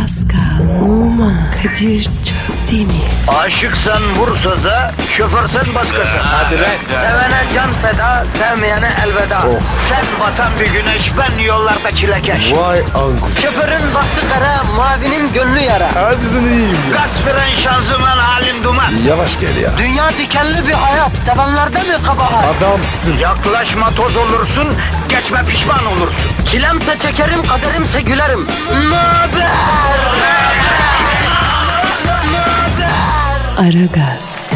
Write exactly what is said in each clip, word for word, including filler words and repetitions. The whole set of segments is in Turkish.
Pascal, Oman, Kadir çok değil mi? Aşıksan vursa da, şoförsen başkasın. Hadi lan. Sevene can feda, sevmeyene elveda. Oh. Sen batan bir güneş, ben yollarda çilekeş. Vay anku. Şoförün baktı kara, mavinin gönlü yara. Hadi sen iyiyim ya. Kasperen şanzıman halin duman. Yavaş gel ya. Dünya dikenli bir hayat, sevenlerde mi kabahar? Adamsın. Yaklaşma toz olursun, geçme pişman olursun. Çilemse çekerim, kaderimse gülerim. Möber! Aragaz.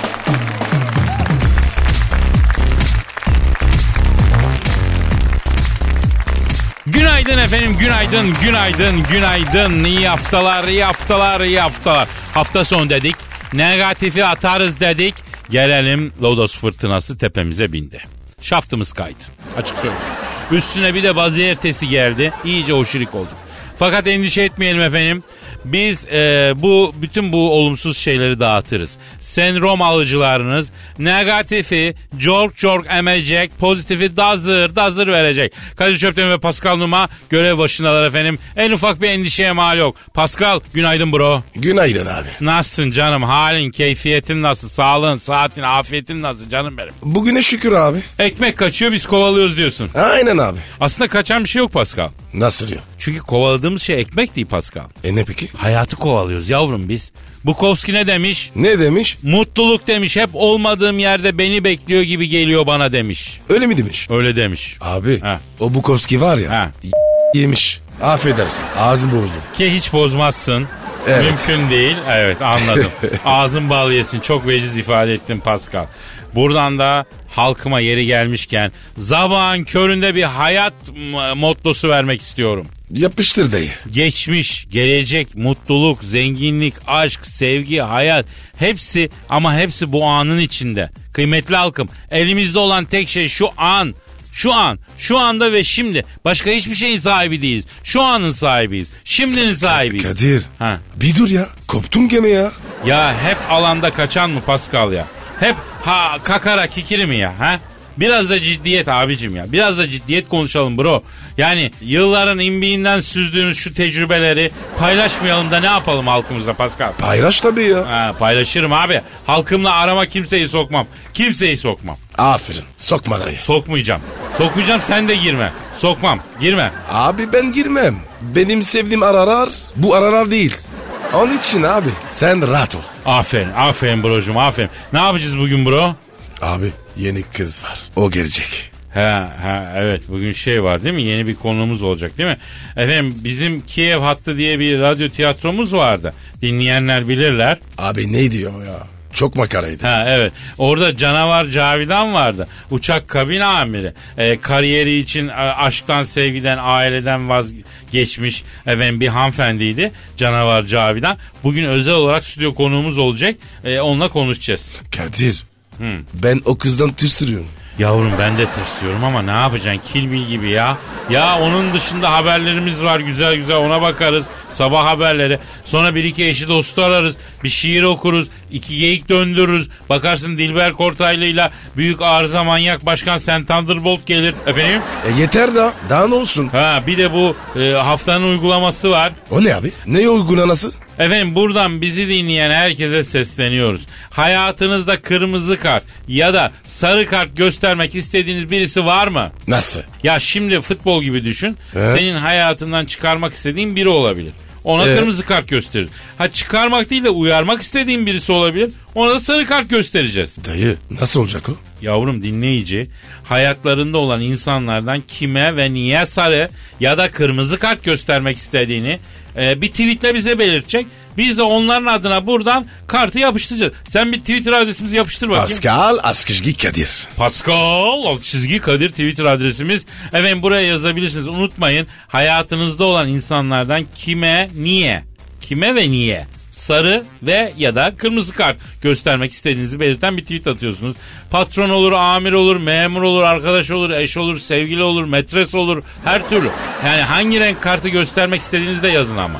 Günaydın efendim, günaydın, günaydın, günaydın. İyi haftalar, iyi haftalar, iyi haftalar. Hafta sonu dedik, negatifi atarız dedik. Gelelim lodos fırtınası tepemize bindi. Şaftımız kaydı, açık söyleyeyim. Üstüne bir de bazı ertesi geldi, iyice hoşirik olduk. Fakat endişe etmeyelim efendim. Biz e, bu bütün bu olumsuz şeyleri dağıtırız. Sendrom alıcılarınız negatifi cork cork emecek, pozitifi dazır dazır verecek. Kadir Çöpten ve Pascal Numa görev başındalar efendim. En ufak bir endişeye mal yok. Pascal, günaydın bro. Günaydın abi. Nasılsın canım? Halin, keyfiyetin nasıl? Sağlığın, saatin, afiyetin nasıl canım benim? Bugüne şükür abi. Ekmek kaçıyor, biz kovalıyoruz diyorsun. Aynen abi. Aslında kaçan bir şey yok Pascal. Nasıl diyor? Çünkü kovaladığımız şey ekmek değil Pascal. E ne peki? Hayatı kovalıyoruz yavrum biz. Bukowski ne demiş? Ne demiş? Mutluluk demiş, hep olmadığım yerde beni bekliyor gibi geliyor bana demiş. Öyle mi demiş? Öyle demiş. Abi Ha. o Bukowski var ya Ha. y- yemiş. Affedersin ağzım bozdu. Ki hiç bozmazsın. Evet. Mümkün değil. Evet, anladım. Ağzın bal yesin. Çok veciz ifade ettin Pascal. Buradan da halkıma yeri gelmişken sabahın köründe bir hayat mottosu vermek istiyorum. Yapıştır dayı. Geçmiş, gelecek, mutluluk, zenginlik, aşk, sevgi, hayat hepsi ama hepsi bu anın içinde. Kıymetli halkım, elimizde olan tek şey şu an. Şu an, şu anda ve şimdi. Başka hiçbir şeyin sahibi değiliz. Şu anın sahibiyiz. Şimdinin sahibiyiz. Kadir Ha. bir dur ya, koptum gene ya. Ya hep alanda kaçan mı Pascal ya? Hep ha kakara kikiri mi ya? Ha? Biraz da ciddiyet abicim ya. Biraz da ciddiyet konuşalım bro. Yani yılların imbiğinden süzdüğümüz şu tecrübeleri paylaşmayalım da ne yapalım halkımızla Pascal? Paylaş tabii ya. Ha, paylaşırım abi. Halkımla arama kimseyi sokmam. Kimseyi sokmam. Aferin, sokma dayı. Sokmayacağım. Sokmayacağım, sen de girme. Sokmam. Girme. Abi ben girmem. Benim sevdiğim aralar bu aralar değil. Onun için abi sen rahat ol. Aferin. Aferin brocum. Aferin. Ne yapacağız bugün bro? Abi yeni kız var. O gelecek. Ha, ha evet, bugün şey var değil mi? Yeni bir konuğumuz olacak değil mi? Efendim bizim Kiev Hattı diye bir radyo tiyatromuz vardı. Dinleyenler bilirler. Abi ne diyor ya? Çok makaraydı. Ha evet. Orada canavar Cavidan vardı. Uçak kabin amiri. Ee, kariyeri için aşktan, sevgiden, aileden vazgeçmiş efendim bir hanımefendiydi. Canavar Cavidan. Bugün özel olarak stüdyo konuğumuz olacak. Ee, onunla konuşacağız. Kadir. Hmm. Ben o kızdan tırsırıyorum. Yavrum ben de tırsıyorum ama ne yapacaksın? Kill Bill gibi ya. Ya onun dışında haberlerimiz var, güzel güzel ona bakarız. Sabah haberleri. Sonra bir iki eşi dostu ararız. Bir şiir okuruz. İki geyik döndürürüz. Bakarsın Dilber Kortaylı'yla büyük arıza manyak başkan Sen Thunderbolt gelir. Efendim? E yeter da. Daha ne olsun? Ha bir de bu e, haftanın uygulaması var. O ne abi? Ne uygulaması? Efendim buradan bizi dinleyen herkese sesleniyoruz. Hayatınızda kırmızı kart ya da sarı kart göstermek istediğiniz birisi var mı? Nasıl? Ya şimdi futbol gibi düşün. He? Senin hayatından çıkarmak istediğin biri olabilir. Ona Ee? kırmızı kart gösterir. Ha çıkarmak değil de uyarmak istediğin birisi olabilir. Ona da sarı kart göstereceğiz. Dayı nasıl olacak o? Yavrum dinleyici, hayatlarında olan insanlardan kime ve niye sarı ya da kırmızı kart göstermek istediğini e, bir tweetle bize belirtecek. Biz de onların adına buradan kartı yapıştıracağız. Sen bir Twitter adresimizi yapıştır bakayım. Pascal Askışgi Kadir. Pascal alt çizgi Kadir Twitter adresimiz. Efendim buraya yazabilirsiniz. Unutmayın, hayatınızda olan insanlardan kime, niye, kime ve niye sarı ve ya da kırmızı kart göstermek istediğinizi belirten bir tweet atıyorsunuz. Patron olur, amir olur, memur olur, arkadaş olur, eş olur, sevgili olur, metres olur, her türlü. Yani hangi renk kartı göstermek istediğinizi de yazın ama.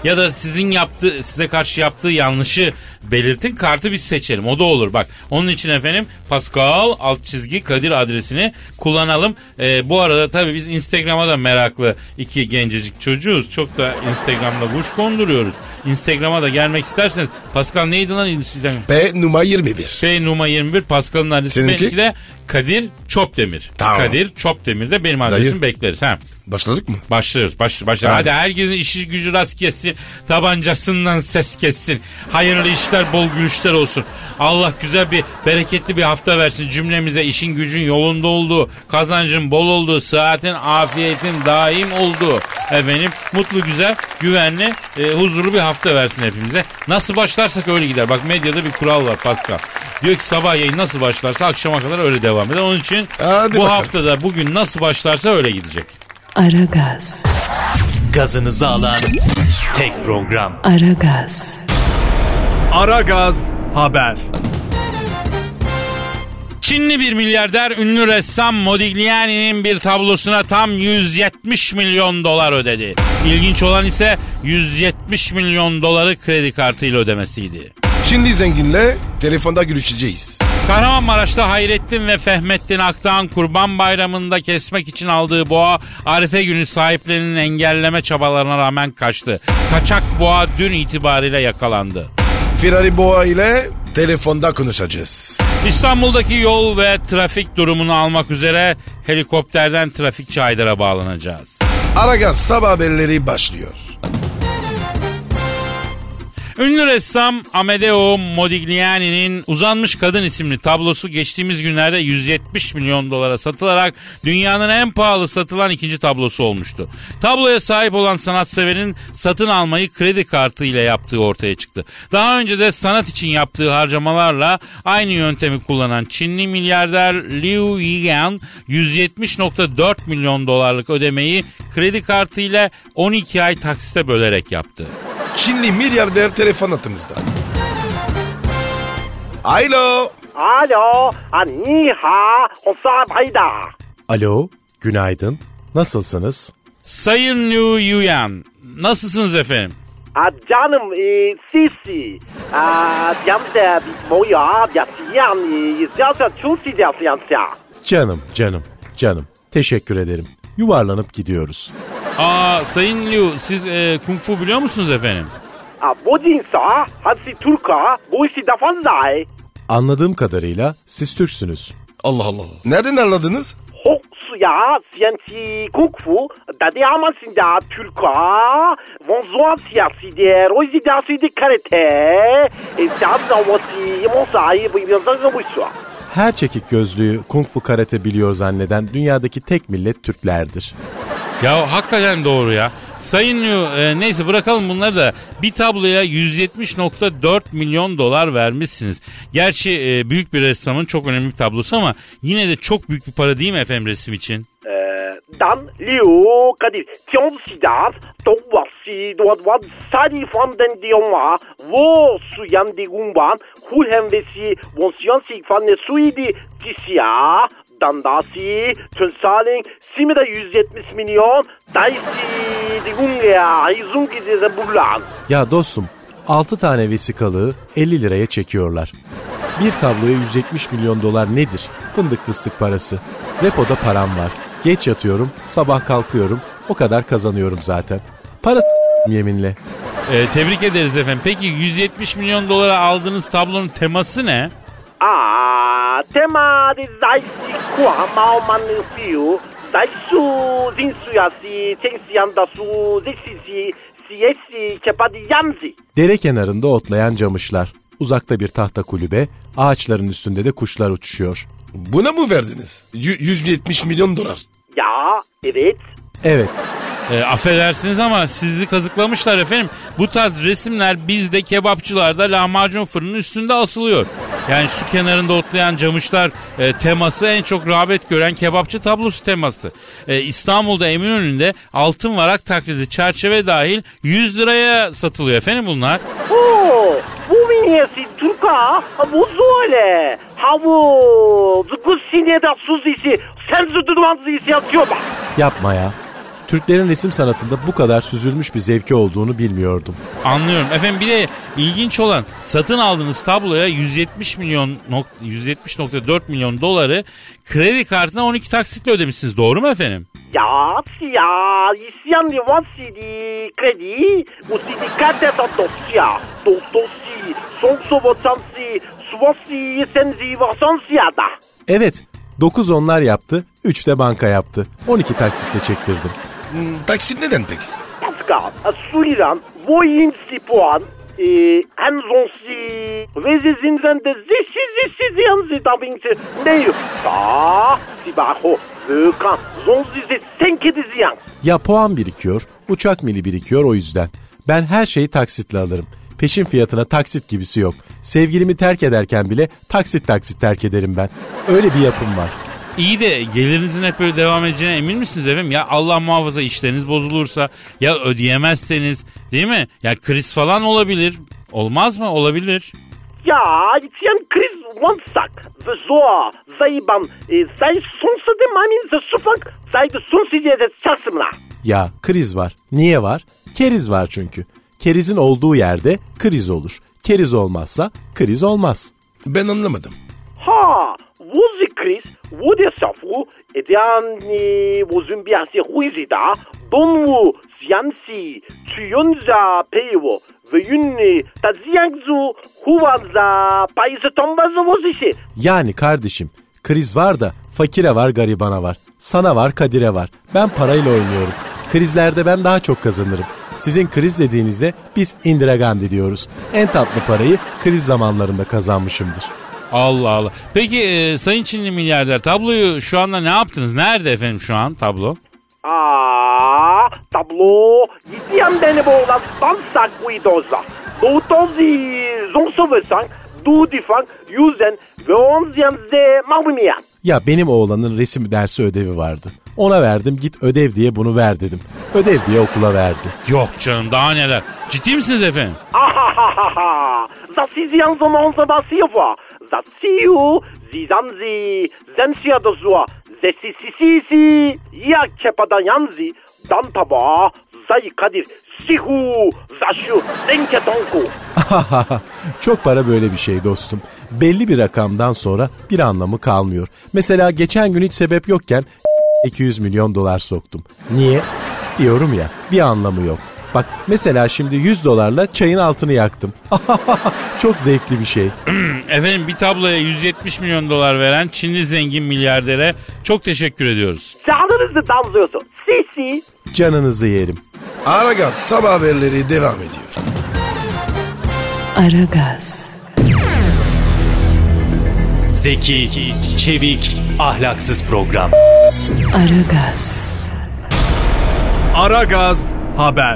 Ya da sizin yaptığı, size karşı yaptığı yanlışı belirtin, kartı biz seçelim. O da olur bak. Onun için efendim Pascal alt çizgi Kadir adresini kullanalım. Ee, bu arada tabii biz Instagram'a da meraklı iki gencecik çocuğuz. Çok da Instagram'da kuş konduruyoruz. Instagram'a da gelmek isterseniz Pascal neydi lan Instagram? P numara yirmi bir. P numara yirmi bir Pascal'ın adresi. Seninki? Benimki de Kadir Çopdemir. Tamam. Kadir Çopdemir de benim adresim. Dayı. Bekleriz. Ha. Başladık mı? Başlıyoruz. Baş, başlıyoruz. Hadi. Hadi herkesin işi gücü rast kessin. Tabancasından ses kessin. Hayırlı işler, bol gülüşler olsun. Allah güzel bir, bereketli bir hafta versin. Cümlemize işin gücün yolunda olduğu, kazancın bol olduğu, sıhhatin, afiyetin daim olduğu, efendim mutlu, güzel, güvenli, e, huzurlu bir hafta versin hepimize. Nasıl başlarsak öyle gider. Bak medyada bir kural var Pascal. Diyor ki sabah yayın nasıl başlarsa akşama kadar öyle devam eder. Onun için Hadi bu bakalım. haftada bugün nasıl başlarsa öyle gidecek. Aragaz, Gazınızı alan tek program. Aragaz, Aragaz Haber. Çinli bir milyarder ünlü ressam Modigliani'nin bir tablosuna tam yüz yetmiş milyon dolar ödedi. İlginç olan ise yüz yetmiş milyon doları kredi kartıyla ödemesiydi. Şimdi zenginle telefonda görüşeceğiz. Kahramanmaraş'ta Hayrettin ve Fehmettin Akdağ'ın Kurban Bayramı'nda kesmek için aldığı boğa Arife günü sahiplerinin engelleme çabalarına rağmen kaçtı. Kaçak boğa dün itibariyle yakalandı. Ferrari Boğa ile telefonda konuşacağız. İstanbul'daki yol ve trafik durumunu almak üzere helikopterden trafikçi Haydar'a bağlanacağız. Aragaz sabah haberleri başlıyor. Ünlü ressam Amedeo Modigliani'nin Uzanmış Kadın isimli tablosu geçtiğimiz günlerde yüz yetmiş milyon dolara satılarak dünyanın en pahalı satılan ikinci tablosu olmuştu. Tabloya sahip olan sanatseverin satın almayı kredi kartı ile yaptığı ortaya çıktı. Daha önce de sanat için yaptığı harcamalarla aynı yöntemi kullanan Çinli milyarder Liu Yigan yüz yetmiş virgül dört milyon dolarlık ödemeyi kredi kartı ile on iki ay taksite bölerek yaptı. Çinli milyarder telefon hattımızda. Alo. Alo, niha, hoşçakalın. Alo, günaydın. Nasılsınız? Sayın Liu Yuan, nasılsınız efendim? 아, canım, e, sisi. 아, yanımda bir boya, yapıyan, e, zaten çok sıcak. Canım, canım, canım. Teşekkür ederim. Yuvarlanıp gidiyoruz. Aa, Sayın Liu, siz e, kung fu biliyor musunuz efendim? 아, 뭐진사? 한시 turka, bu işi de fazla. Anladığım kadarıyla siz Türksünüz. Allah Allah. Nereden anladınız? 혹수야, 시안치 kungfu, 다들 아마신다 turka, 원조아시아 시대, 로이시다 시대 karate, 자자워시, 이모사이, bu imyonsan bu işi. Her çekik gözlüğü kung fu karate biliyor zanneden dünyadaki tek millet Türklerdir. Ya hakikaten doğru ya. Sayın Liu, e, neyse bırakalım bunları da. Bir tabloya yüz yetmiş virgül dört milyon dolar vermişsiniz. Gerçi e, büyük bir ressamın çok önemli bir tablosu ama yine de çok büyük bir para değil mi efendim resim için? Dan Liu Kadir Tionsida Towasi Duadwad Sadi Fanden Dioma Wo Suyan Di Gumban Hulhem Vesi Wonsiyansik Fanne Suidi Tisya Dandasi Tönsaling Simida yüz yetmiş milyon Daisi Di Gungea Izungi Dize Bulan. Ya dostum, altı tane vesikalığı elli liraya çekiyorlar. Bir tabloya yüz yetmiş milyon dolar nedir? Fındık fıstık parası. Repoda param var. Geç yatıyorum, sabah kalkıyorum. O kadar kazanıyorum zaten. Para yeminle. E, tebrik ederiz efendim. Peki yüz yetmiş milyon dolara aldığınız tablonun teması ne? Aa, tema de Zaisi Kua Maomanı Fiu Zaisu Zinsuyasi Tensiyandasu Zesisi Siyesi Kepadi Yanzi. Dere kenarında otlayan camışlar. Uzakta bir tahta kulübe, ağaçların üstünde de kuşlar uçuşuyor. Buna mı verdiniz? Y- yüz yetmiş milyon dolar. Ya, evet. Evet. E, affedersiniz ama sizi kazıklamışlar efendim. Bu tarz resimler bizde kebapçılarda lahmacun fırının üstünde asılıyor. Yani su kenarında otlayan camışlar e, teması en çok rağbet gören kebapçı tablosu teması. E, İstanbul'da Eminönü'nde altın varak taklidi çerçeve dahil yüz liraya satılıyor efendim bunlar. Oo, bu miniyesi Turka, bu zole. Ha bu, zukus sineda suzisi, sen zudumanzisi yazıyor bak. Yapma ya. Türklerin resim sanatında bu kadar süzülmüş bir zevki olduğunu bilmiyordum. Anlıyorum. Efendim bir de ilginç olan satın aldığınız tabloya yüz yetmiş milyon yüz yetmiş nokta dört milyon doları kredi kartına on iki taksitle ödemişsiniz. Doğru mu efendim? Ya, ya, ici on the one C D credit, aussi des quatre cents dossiers, dossiers, son sovotansi, suvosi, senzi, vasansiada. Evet, dokuz onlar yaptı, üç de banka yaptı. on iki taksitle çektirdim. Hmm, taksit neden peki? Pascal, suliran, voyinsi puan, hanzonsi, vezizinden de zisi zisi ziyansi tabingsi, neyo, sa, sibaho, vökan, zonzi senkedi ziyan. Ya puan birikiyor, uçak mili birikiyor o yüzden. Ben her şeyi taksitle alırım. Peşin fiyatına taksit gibisi yok. Sevgilimi terk ederken bile taksit taksit terk ederim ben. Öyle bir yapım var. İyi de gelirinizin hep böyle devam edeceğine emin misiniz efendim? Ya Allah muhafaza işleriniz bozulursa, ya ödeyemezseniz, değil mi? Ya kriz falan olabilir. Olmaz mı? Olabilir. Ya, içen kriz wansak, ve zoa, zayıban, zay sonsa de mamin ze sufak, zay de sonsi diye de çarsımla. Ya kriz var. Niye var? Keriz var çünkü. Kerizin olduğu yerde kriz olur. Keriz olmazsa kriz olmaz. Ben anlamadım. Ha, vuzi kriz, vude safu, eden vuzun biyasi huizida, donvu ziyansi, tüyonza peyvo, ve yünni taziyangzu huvanza payısı tombazı vuzişi. Yani kardeşim, kriz var da fakire var, garibana var. Sana var, Kadir'e var. Ben parayla oynuyorum. Krizlerde ben daha çok kazanırım. Sizin kriz dediğinizde biz Indira Gandhi diyoruz. En tatlı parayı kriz zamanlarında kazanmışımdır. Allah Allah. Peki e, Sayın Çinli milyarder, tabloyu şu anda ne yaptınız? Nerede efendim şu an tablo? Aa, tablo, yitiyan beni boğulan dansak guidoza. Doğutozi zonsovesan, duudifan, yüzen ve onziyan ze mağbumiyan. Ya benim oğlanın resim dersi ödevi vardı. Ona verdim, git ödev diye bunu ver dedim. Ödev diye okula verdi. Yok canım, daha neler. Ciddi misiniz efendim? Ahahaha. Za siziyan zononza basiva. Za siyu zizanzi zensiya da zua. Zesi sisi ya kepadan yanzi. Dan taba zay kadir sihu zaşu zenke tonku. Çok para böyle bir şey dostum. Belli bir rakamdan sonra bir anlamı kalmıyor. Mesela geçen gün hiç sebep yokken iki yüz milyon dolar soktum. Niye? Diyorum ya, bir anlamı yok. Bak mesela şimdi yüz dolarla çayın altını yaktım. Çok zevkli bir şey. Efendim bir tabloya yüz yetmiş milyon dolar veren Çinli zengin milyardere çok teşekkür ediyoruz. Canınızı damlıyorsun. Sisi. Canınızı yerim. Aragaz sabah haberleri devam ediyor. Aragaz. Zeki, çevik, ahlaksız program. Aragaz. Aragaz haber.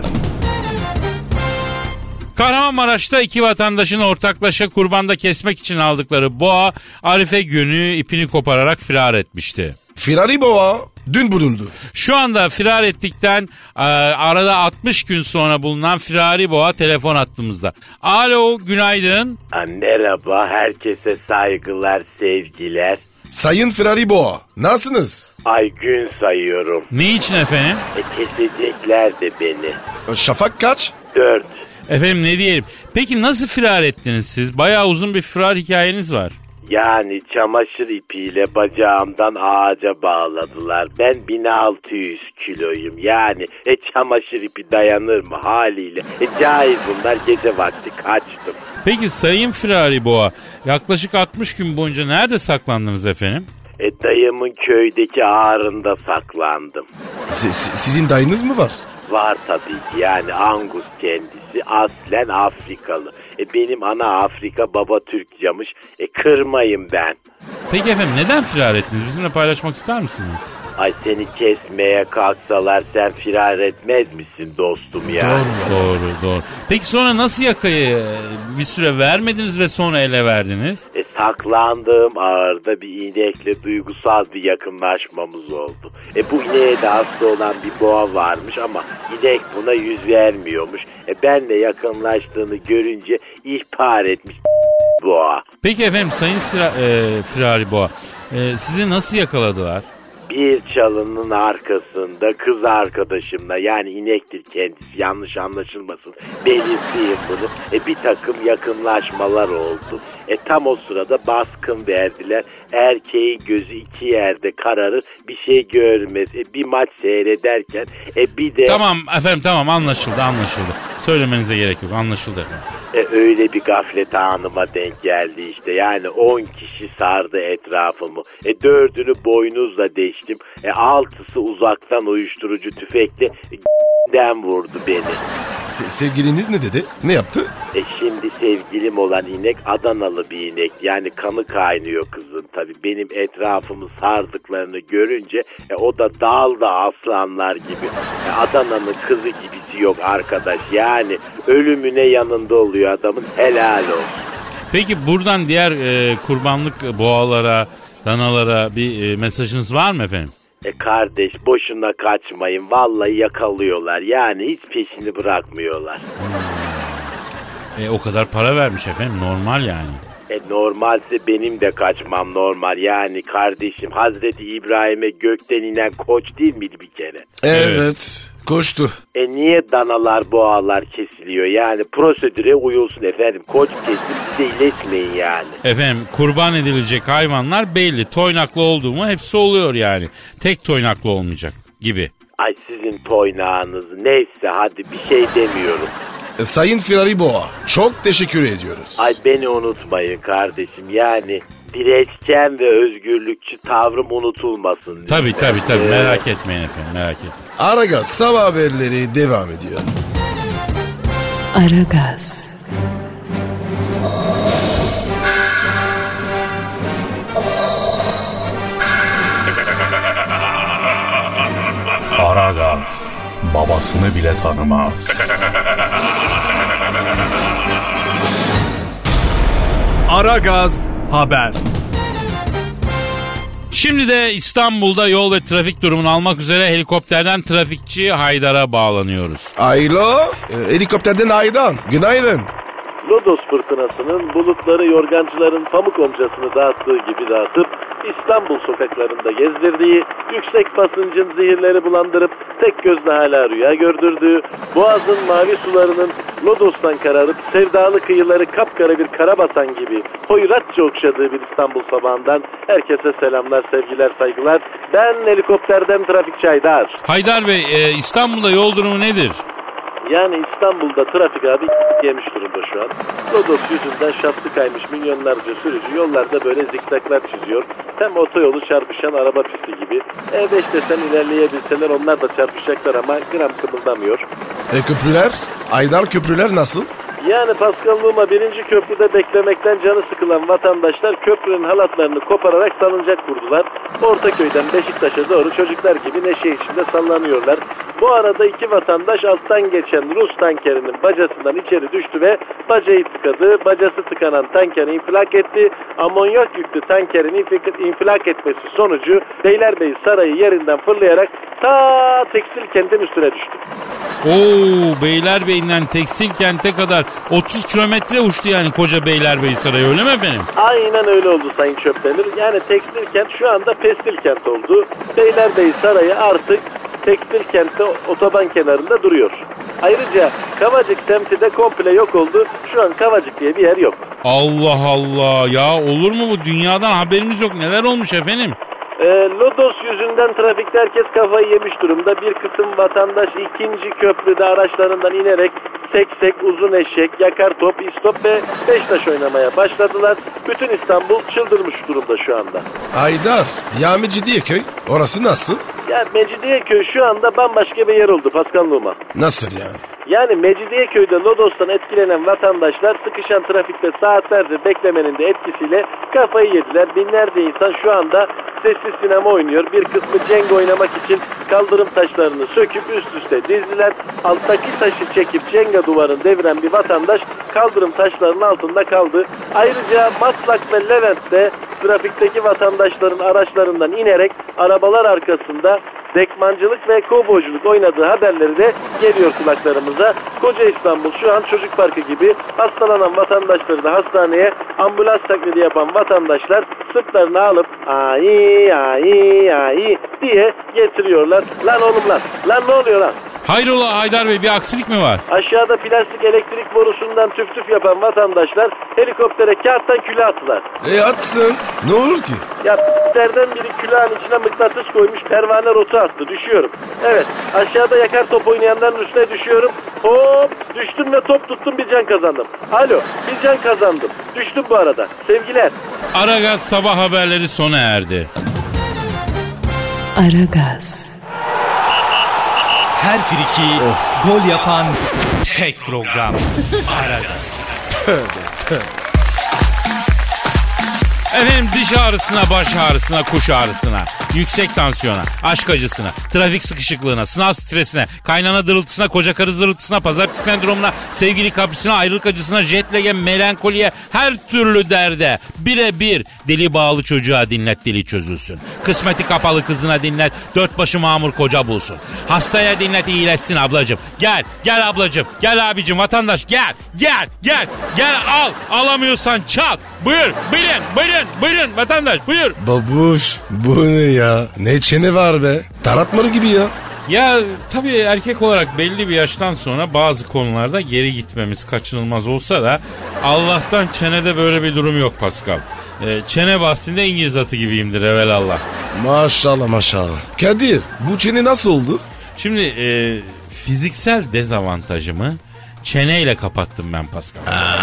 Kahramanmaraş'ta iki vatandaşın ortaklaşa kurbanda kesmek için aldıkları boğa Arife günü ipini kopararak firar etmişti. Firari boğa dün bulundu. Şu anda firar ettikten e, arada altmış gün sonra bulunan firari boğa telefon hattımızda. Alo, günaydın. Merhaba, herkese saygılar, sevgiler. Sayın Firari boğa nasılsınız? Ay gün sayıyorum. Ne için efendim? E, kesecekler de beni. Şafak kaç? Dört. Efendim ne diyelim? Peki nasıl firar ettiniz siz? Bayağı uzun bir firar hikayeniz var. Yani çamaşır ipiyle bacağımdan ağaca bağladılar. Ben bin altı yüz kiloyum. Yani e, çamaşır ipi dayanır mı haliyle? E, caiz bunlar, gece vakti kaçtım. Peki Sayın Firari Boğa, yaklaşık altmış gün boyunca nerede saklandınız efendim? E, dayımın köydeki ağrında saklandım. S- sizin dayınız mı var? Var tabii ki, yani Angus kendisi, aslen Afrikalı. E benim ana Afrika, baba Türk camış. E kırmayın ben. Peki efendim neden firar ettiniz? Bizimle paylaşmak ister misiniz? Ay seni kesmeye kalksalar sen firar etmez misin dostum ya? Doğru. Doğru doğru. Peki sonra nasıl yakayı bir süre vermediniz ve sonra ele verdiniz? E saklandığım ağırda bir inekle duygusal bir yakınlaşmamız oldu. E bu ineğe de hasta olan bir boğa varmış ama inek buna yüz vermiyormuş. E benle yakınlaştığını görünce ihbar etmiş boğa. Peki efendim Sayın Sıra, e, Firari Boğa, e, sizi nasıl yakaladılar? Bir çalının arkasında kız arkadaşımla, yani inektir kendisi, yanlış anlaşılmasın, belirteyim bunu. E bir takım yakınlaşmalar oldu. E tam o sırada baskın verdiler. Erkeğin gözü iki yerde kararır, bir şey görmez. E bir maç seyrederken e bir de... Tamam efendim, tamam, anlaşıldı anlaşıldı. Söylemenize gerek yok, anlaşıldı efendim. E öyle bir gaflet anıma denk geldi işte. Yani on kişi sardı etrafımı. E dördünü boynuzla deştim. E altısı uzaktan uyuşturucu tüfekle den vurdu beni. Se- sevgiliniz ne dedi? Ne yaptı? E şimdi sevgilim olan inek Adanalı bir inek. Yani kanı kaynıyor kızın tabii. Benim etrafımı sardıklarını görünce e, o da dağıldı aslanlar gibi. E, Adana'nın kızı gibisi yok arkadaş. Yani ölümüne yanında oluyor adamın, helal olsun. Peki buradan diğer e, kurbanlık boğalara, danalara bir e, mesajınız var mı efendim? E kardeş, boşuna kaçmayın, vallahi yakalıyorlar, yani hiç peşini bırakmıyorlar. Hmm. E, o kadar para vermiş efendim, normal yani. E normalse benim de kaçmam normal, yani kardeşim Hazreti İbrahim'e gökten inen koç değil miydi bir kere? Evet, evet. Koştu. E niye danalar, boğalar kesiliyor? Yani prosedüre uyulsun efendim. Koç kesin, bize iletmeyin yani. Efendim kurban edilecek hayvanlar belli. Toynaklı oldu mu hepsi oluyor yani. Tek toynaklı olmayacak gibi. Ay sizin toynağınız neyse, hadi bir şey demiyorum. E, Sayın Firari Boğa, çok teşekkür ediyoruz. Ay beni unutmayın kardeşim, yani dirençken ve özgürlükçü tavrım unutulmasın. Tabii tabii tabii ee... merak etmeyin efendim, merak etmeyin. Aragaz sabah haberleri devam ediyor. Aragaz. Aragaz babasını bile tanımaz. Aragaz haber. Şimdi de İstanbul'da yol ve trafik durumunu almak üzere helikopterden trafikçi Haydar'a bağlanıyoruz. Alo, e, helikopterden Aydan. Günaydın. Lodos fırtınasının bulutları yorgancıların pamuk omcasını dağıttığı gibi dağıtıp İstanbul sokaklarında gezdirdiği, yüksek basıncın zehirleri bulandırıp tek gözle hala rüya gördürdüğü, boğazın mavi sularının Lodos'tan kararıp sevdalı kıyıları kapkara bir karabasan gibi hoyratça okşadığı bir İstanbul sabahından herkese selamlar, sevgiler, saygılar. Ben helikopterden trafikçi Haydar. Haydar Bey, e, İstanbul'da yol durumu nedir? Yani İstanbul'da trafik abi yemiş durumda şu an. Lodos yüzünden şaftı kaymış milyonlarca sürücü yollarda böyle zikzaklar çiziyor. Hem otoyolu çarpışan araba pisti gibi. E beş desen ilerleyebilseler onlar da çarpışacaklar ama gram kımıldamıyor. E köprüler? Aydar köprüler nasıl? Yani Paskal'lığıma birinci köprüde beklemekten canı sıkılan vatandaşlar köprünün halatlarını kopararak salıncak kurdular. Ortaköy'den Beşiktaş'a doğru çocuklar gibi neşe içinde sallanıyorlar. Bu arada iki vatandaş alttan geçen Rus tankerinin bacasından içeri düştü ve bacayı tıkadı. Bacası tıkanan tankeri infilak etti. Amonyak yüklü tankerin infilak etmesi sonucu Beylerbeyi Sarayı yerinden fırlayarak ta tekstil kentin üstüne düştü. Oo, Beylerbeyi'nden tekstil kente kadar otuz kilometre uçtu yani koca Beylerbeyi Sarayı, öyle mi efendim? Aynen öyle oldu Sayın Çöptemir. Yani tekstil kent şu anda pestil kent oldu. Beylerbeyi Sarayı artık tekstil kentte otoban kenarında duruyor. Ayrıca Kavacık semti de komple yok oldu. Şu an Kavacık diye bir yer yok. Allah Allah ya, olur mu bu, dünyadan haberimiz yok, neler olmuş efendim? E, Lodos yüzünden trafikte herkes kafayı yemiş durumda. Bir kısım vatandaş ikinci köprüde araçlarından inerek seksek, uzun eşek, yakar top, istop ve beştaş oynamaya başladılar. Bütün İstanbul çıldırmış durumda şu anda. Aydar, ya Mecidiyeköy orası nasıl? Ya Mecidiyeköy şu anda bambaşka bir yer oldu Paskanlığıma. Nasıl yani? Yani Mecidiyeköy'de Lodos'tan etkilenen vatandaşlar sıkışan trafikte saatlerce beklemenin de etkisiyle kafayı yediler. Binlerce insan şu anda sessiz sinema oynuyor. Bir kısmı Cenk oynamak için kaldırım taşlarını söküp üst üste dizdiler. Alttaki taşı çekip Cenga duvarını deviren bir vatandaş kaldırım taşlarının altında kaldı. Ayrıca Maslak ve Levent'te trafikteki vatandaşların araçlarından inerek arabalar arkasında dekmancılık ve kovboyculuk oynadığı haberleri de geliyor kulaklarımıza. Koca İstanbul şu an çocuk parkı gibi. Hastalanan vatandaşları da hastaneye ambulans taklidi yapan vatandaşlar sırtlarını alıp ay ay ay diye getiriyorlar. Lan oğlum lan. Lan ne oluyor lan? Hayrola Haydar Bey, bir aksilik mi var? Aşağıda plastik elektrik borusundan tüf tüf yapan vatandaşlar helikoptere kağıttan küle attılar. E atsın. Ne olur ki? Ya derden biri külahın içine mıknatıs koymuş, pervane rotu attı. Düşüyorum. Evet, aşağıda yakar top oynayanların üstüne düşüyorum. Hop, düştüm ve top tuttum, bir can kazandım. Alo, bir can kazandım. Düştüm bu arada. Sevgiler. Aragaz sabah haberleri sona erdi. Aragaz. Her friki gol yapan tek program. Aragaz. Efendim, diş ağrısına, baş ağrısına, kuş ağrısına, yüksek tansiyona, aşk acısına, trafik sıkışıklığına, sınav stresine, kaynana dırıltısına, koca karı zırıltısına, pazartesi sendromuna, sevgili kaprisine, ayrılık acısına, jet lag'e, melankoliye, her türlü derde birebir. Dili bağlı çocuğa dinlet, dili çözülsün. Kısmeti kapalı kızına dinlet, dört başı mamur koca bulsun. Hastaya dinlet, iyileşsin ablacım. Gel, gel ablacım, gel abicim, vatandaş gel, gel, gel, gel al, alamıyorsan çal. Buyur, buyurun, buyurun, buyurun vatandaş, buyur. Babuş, bu ne ya? Ne çene var be? Taratmalı gibi ya. Ya tabii erkek olarak belli bir yaştan sonra bazı konularda geri gitmemiz kaçınılmaz olsa da Allah'tan çenede böyle bir durum yok Pascal. Ee, çene bahsinde İngiliz atı gibiyimdir evelallah. Maşallah maşallah. Kadir, bu çene nasıl oldu? Şimdi e, fiziksel dezavantajımı çeneyle kapattım ben Pascal. Aa,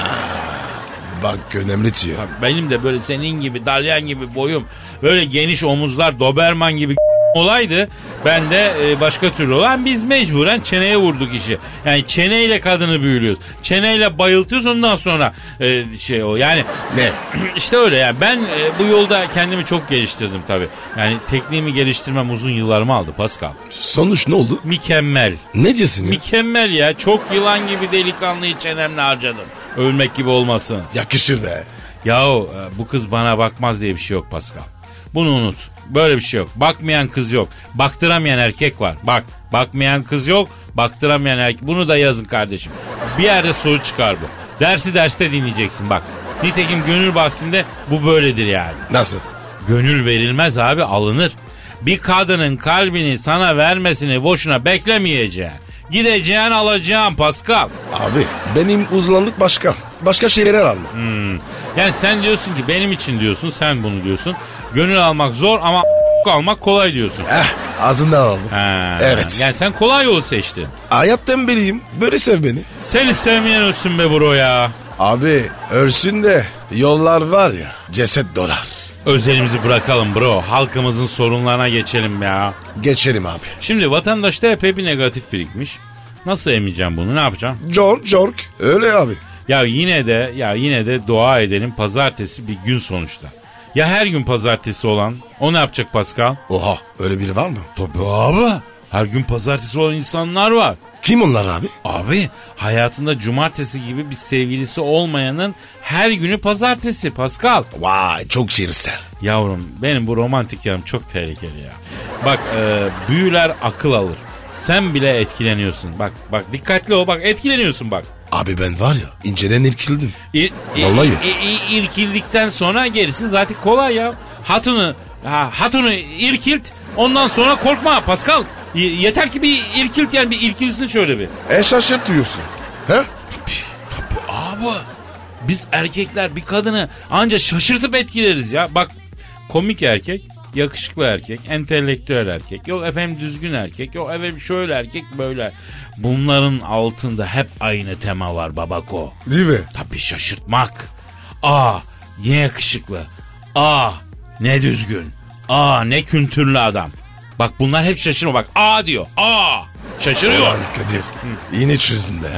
bak önemli diyor. Benim de böyle senin gibi, dalyan gibi boyum, böyle geniş omuzlar, Doberman gibi olaydı. Ben de e, başka türlü olan, biz mecburen çeneye vurduk işi. Yani çeneyle kadını büyülüyoruz. Çeneyle bayıltıyoruz, ondan sonra e, şey o yani. Ne? İşte öyle yani. Ben e, bu yolda kendimi çok geliştirdim tabii. Yani tekniğimi geliştirmem uzun yıllarımı aldı Pascal. Sonuç ne oldu? Mükemmel. Ne diyorsun ya? Mükemmel ya. Çok yılan gibi delikanlıyı çenemle harcadım. Ölmek gibi olmasın. Yakışır be. Yahu bu kız bana bakmaz diye bir şey yok Pascal. Bunu unut. Böyle bir şey yok. Bakmayan kız yok. Baktıramayan erkek var. Bak, bakmayan kız yok. Baktıramayan erkek. Bunu da yazın kardeşim. Bir yerde soru çıkar bu. Dersi derste dinleyeceksin bak. Nitekim gönül bahsinde bu böyledir yani. Nasıl? Gönül verilmez abi, alınır. Bir kadının kalbini sana vermesini boşuna beklemeyeceksin. Gideceğin, alacağın Pascal. Abi benim uzmanlık başka. Başka şeylere var mı? Hmm. Yani sen diyorsun ki benim için diyorsun, sen bunu diyorsun. Gönül almak zor ama almak kolay diyorsun. Eh, ağzından aldım. Ha, evet. Yani sen kolay yolu seçtin. Hayattan beriyim. Böyle sev beni. Seni sevmeyen ölsün be bro ya. Abi ölsün de yollar var ya, ceset dolar. Özelimizi bırakalım bro. Halkımızın sorunlarına geçelim ya. Geçelim abi. Şimdi vatandaşta epey bir negatif birikmiş. Nasıl emeceğim bunu, ne yapacağım? Jork jork öyle abi. Ya yine de ya yine de dua edelim, pazartesi bir gün sonuçta. Ya her gün pazartesi olan, o ne yapacak Pascal? Oha, öyle biri var mı? Tabii abi. Her gün pazartesi olan insanlar var. Kim onlar abi? Abi hayatında cumartesi gibi bir sevgilisi olmayanın her günü pazartesi Pascal. Vay, çok şiirsel. Yavrum benim bu romantik yanım çok tehlikeli ya. Bak e, büyüler akıl alır. Sen bile etkileniyorsun. Bak bak dikkatli ol, bak etkileniyorsun bak. Abi ben var ya, inceden irkildim. İr, Vallahi. Ir, ir, irkildikten sonra gerisi zaten kolay ya. Hatunu ha, hatunu irkilt, ondan sonra korkma Pascal. Y- yeter ki bir irkilt, yani bir irkilsin şöyle bir. E şaşırtıyorsun. He? Tabii tabii abi. Biz erkekler bir kadını anca şaşırtıp etkileriz ya. Bak komik erkek, yakışıklı erkek, entelektüel erkek, yok efendim düzgün erkek, yok efendim şöyle erkek böyle. Bunların altında hep aynı tema var babako. Değil mi? Tabii şaşırtmak. Aa ne yakışıklı. Aa ne düzgün. Aa ne kültürlü adam. Bak bunlar hep şaşırma bak. Aa diyor. Aa şaşırıyor. Ulan Kadir, yine çözdün be.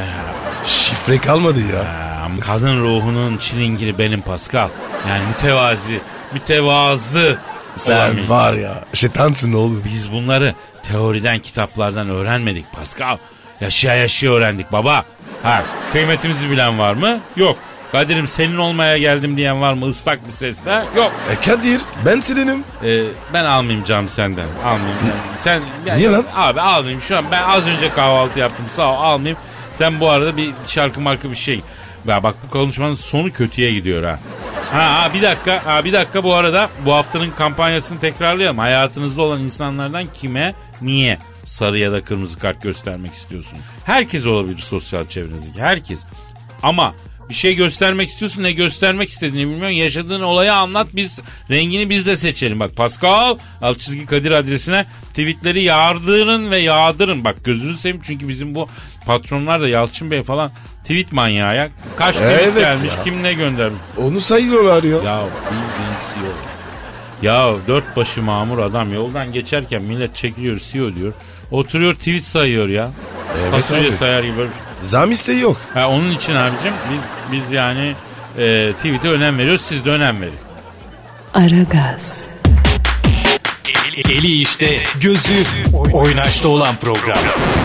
Şifre kalmadı ya. Ya, kadın ruhunun çilingiri benim Pascal. Yani mütevazi, mütevazı. Sen var ya, şeytansın oğlum. Biz bunları teoriden, kitaplardan öğrenmedik Pascal. Yaşaya yaşaya öğrendik baba. Ha, kıymetimizi bilen var mı? Yok. Kadir'im senin olmaya geldim diyen var mı ıslak bir sesle? Yok. E Kadir ben seninim. Ee, ben almayayım canım senden. Almayayım. Yani sen yani, niye lan? Abi almayayım. Şu an ben az önce kahvaltı yaptım. Sağ ol almayayım. Sen bu arada bir şarkı marka bir şey. Ya bak bu konuşmanın sonu kötüye gidiyor ha. Ha, ha bir dakika. Ha bir dakika bu arada bu haftanın kampanyasını tekrarlayalım. Hayatınızda olan insanlardan kime, niye sarı ya da kırmızı kart göstermek istiyorsun? Herkes olabilir sosyal çevrenizdeki. Herkes. Ama bir şey göstermek istiyorsun, ne göstermek istediğini bilmiyorsun. Yaşadığın olayı anlat, biz rengini biz de seçelim. Bak Pascal alt çizgi Kadir adresine tweetleri yağdırın ve yağdırın. Bak gözünü seveyim çünkü bizim bu patronlar da Yalçın Bey falan tweet manyağı ya. Kaç tweet evet gelmiş, ya. kim ne göndermiş. Onu sayıyorlar ya. Ya bildiğin C E O. Ya dört başı mamur adam yoldan geçerken millet çekiliyor C E O diyor. Oturuyor tweet sayıyor ya. Evet fasulye abi. sayar gibi. Zam isteği yok. Ha, onun için abicim biz biz yani e, tweet'e önem veriyoruz, siz de önem verin. Aragaz. Eli, eli işte, gözü oynaşta olan program.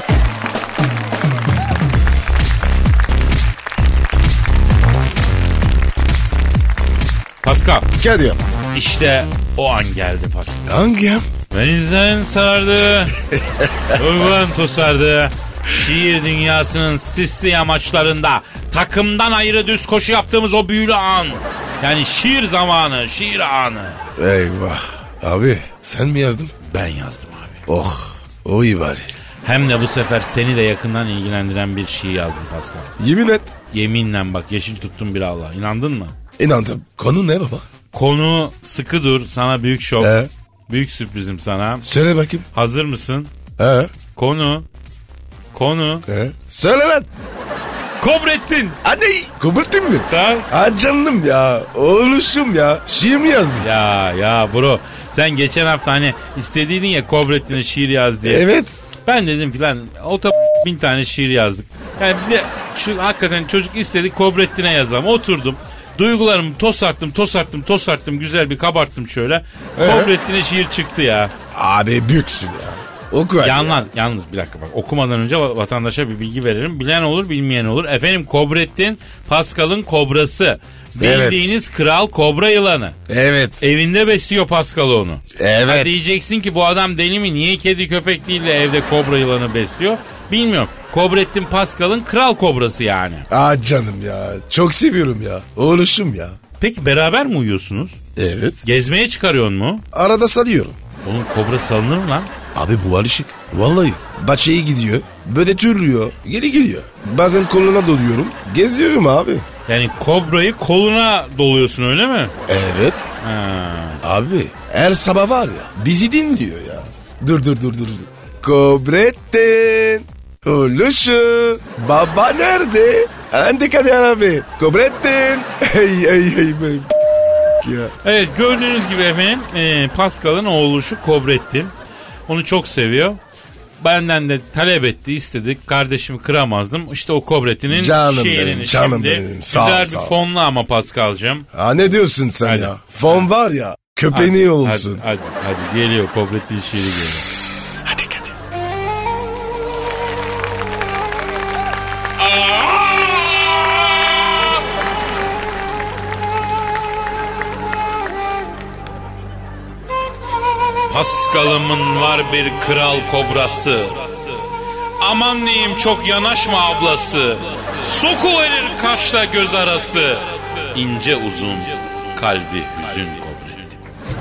Pascal, Kadir. işte o an geldi Pascal. Hangi ya? Denizlerin sarardı, duyguların tosardı. Şiir dünyasının sisli yamaçlarında takımdan ayrı düz koşu yaptığımız o büyülü an. Yani şiir zamanı, şiir anı. Eyvah. Abi sen mi yazdın? Ben yazdım abi. Oh o iyi bari. Hem de bu sefer seni de yakından ilgilendiren bir şiir yazdım Pascal. Yemin et. Yeminle bak yeşil tuttum bir Allah. İnandın mı? İnandım. Konu ne baba? Konu sıkı dur, sana büyük şok. Ee? Büyük sürprizim sana. Söyle bakayım. Hazır mısın? Ee? Konu. Konu. Ee? Söyle lan. Kobrettin. Anne kıvırttın mı? Tamam. Ha canım ya. Oğluşum ya. Şiir mi yazdın? Ya ya bro. Sen geçen hafta hani istediydin ya Kobrettin'e şiir yaz diye. Evet. Ben dedim ki lan o ta bin tane şiir yazdık. Yani bir de şu hakikaten çocuk istedi Kobrettin'e yazalım. Oturdum. Duygularımı tosarttım, tosarttım, tosarttım. Güzel bir kabarttım şöyle. Ee? Kobrettin'e şiir çıktı ya. Abi büyüksün ya. Oku hadi. Yalnız, yalnız bir dakika bak. Okumadan önce vatandaşa bir bilgi verelim. Bilen olur, bilmeyen olur. Efendim Kobrettin, Pascal'ın kobrası. Bildiğiniz evet. Kral kobra yılanı. Evet. Evinde besliyor Pascal onu. Evet. Ha diyeceksin ki bu adam deli mi? Niye kedi köpek değil de evde kobra yılanı besliyor? Bilmiyorum. Kobrettin Pascal'ın kral kobrası yani. Aa canım ya. Çok seviyorum ya. Oğluşum ya. Peki beraber mi uyuyorsunuz? Evet. Gezmeye çıkarıyorsun mu? Arada sarıyorum. Onun kobra salınır mı lan? Abi bu alışık. Vallahi. Bahçeye gidiyor. Böyle türlüyor. Geri geliyor. Bazen koluna doluyorum. Geziyorum abi. Yani kobrayı koluna doluyorsun öyle mi? Evet. Ha. Abi her sabah var ya bizi dinliyor ya. Dur dur dur dur. Kobrettin. Oluşu. Baba nerede? Hande Kadir abi. Kobrettin. Hey hey hey hey. Ya. Evet gördüğünüz gibi efendim e, Pascal'ın oğlu şu Kobrettin. Onu çok seviyor. Benden de talep etti, istedik. Kardeşimi kıramazdım. İşte o Kobrettin'in canım şiirini benim, canım şimdi. Benim. Sağ güzel ol, bir sağ fonlu ama Pascal'cığım. Ha ne diyorsun sen hadi. ya? Fon var ya köpeğini hadi, olsun. Hadi, hadi hadi geliyor Kobrettin şiiri geliyor. Hadi Kadir. Pascal'ımın var bir kral kobrası. Aman diyeyim çok yanaşma ablası. Sokuverir kaşla göz arası. İnce uzun kalbi hüzün Kobrettin.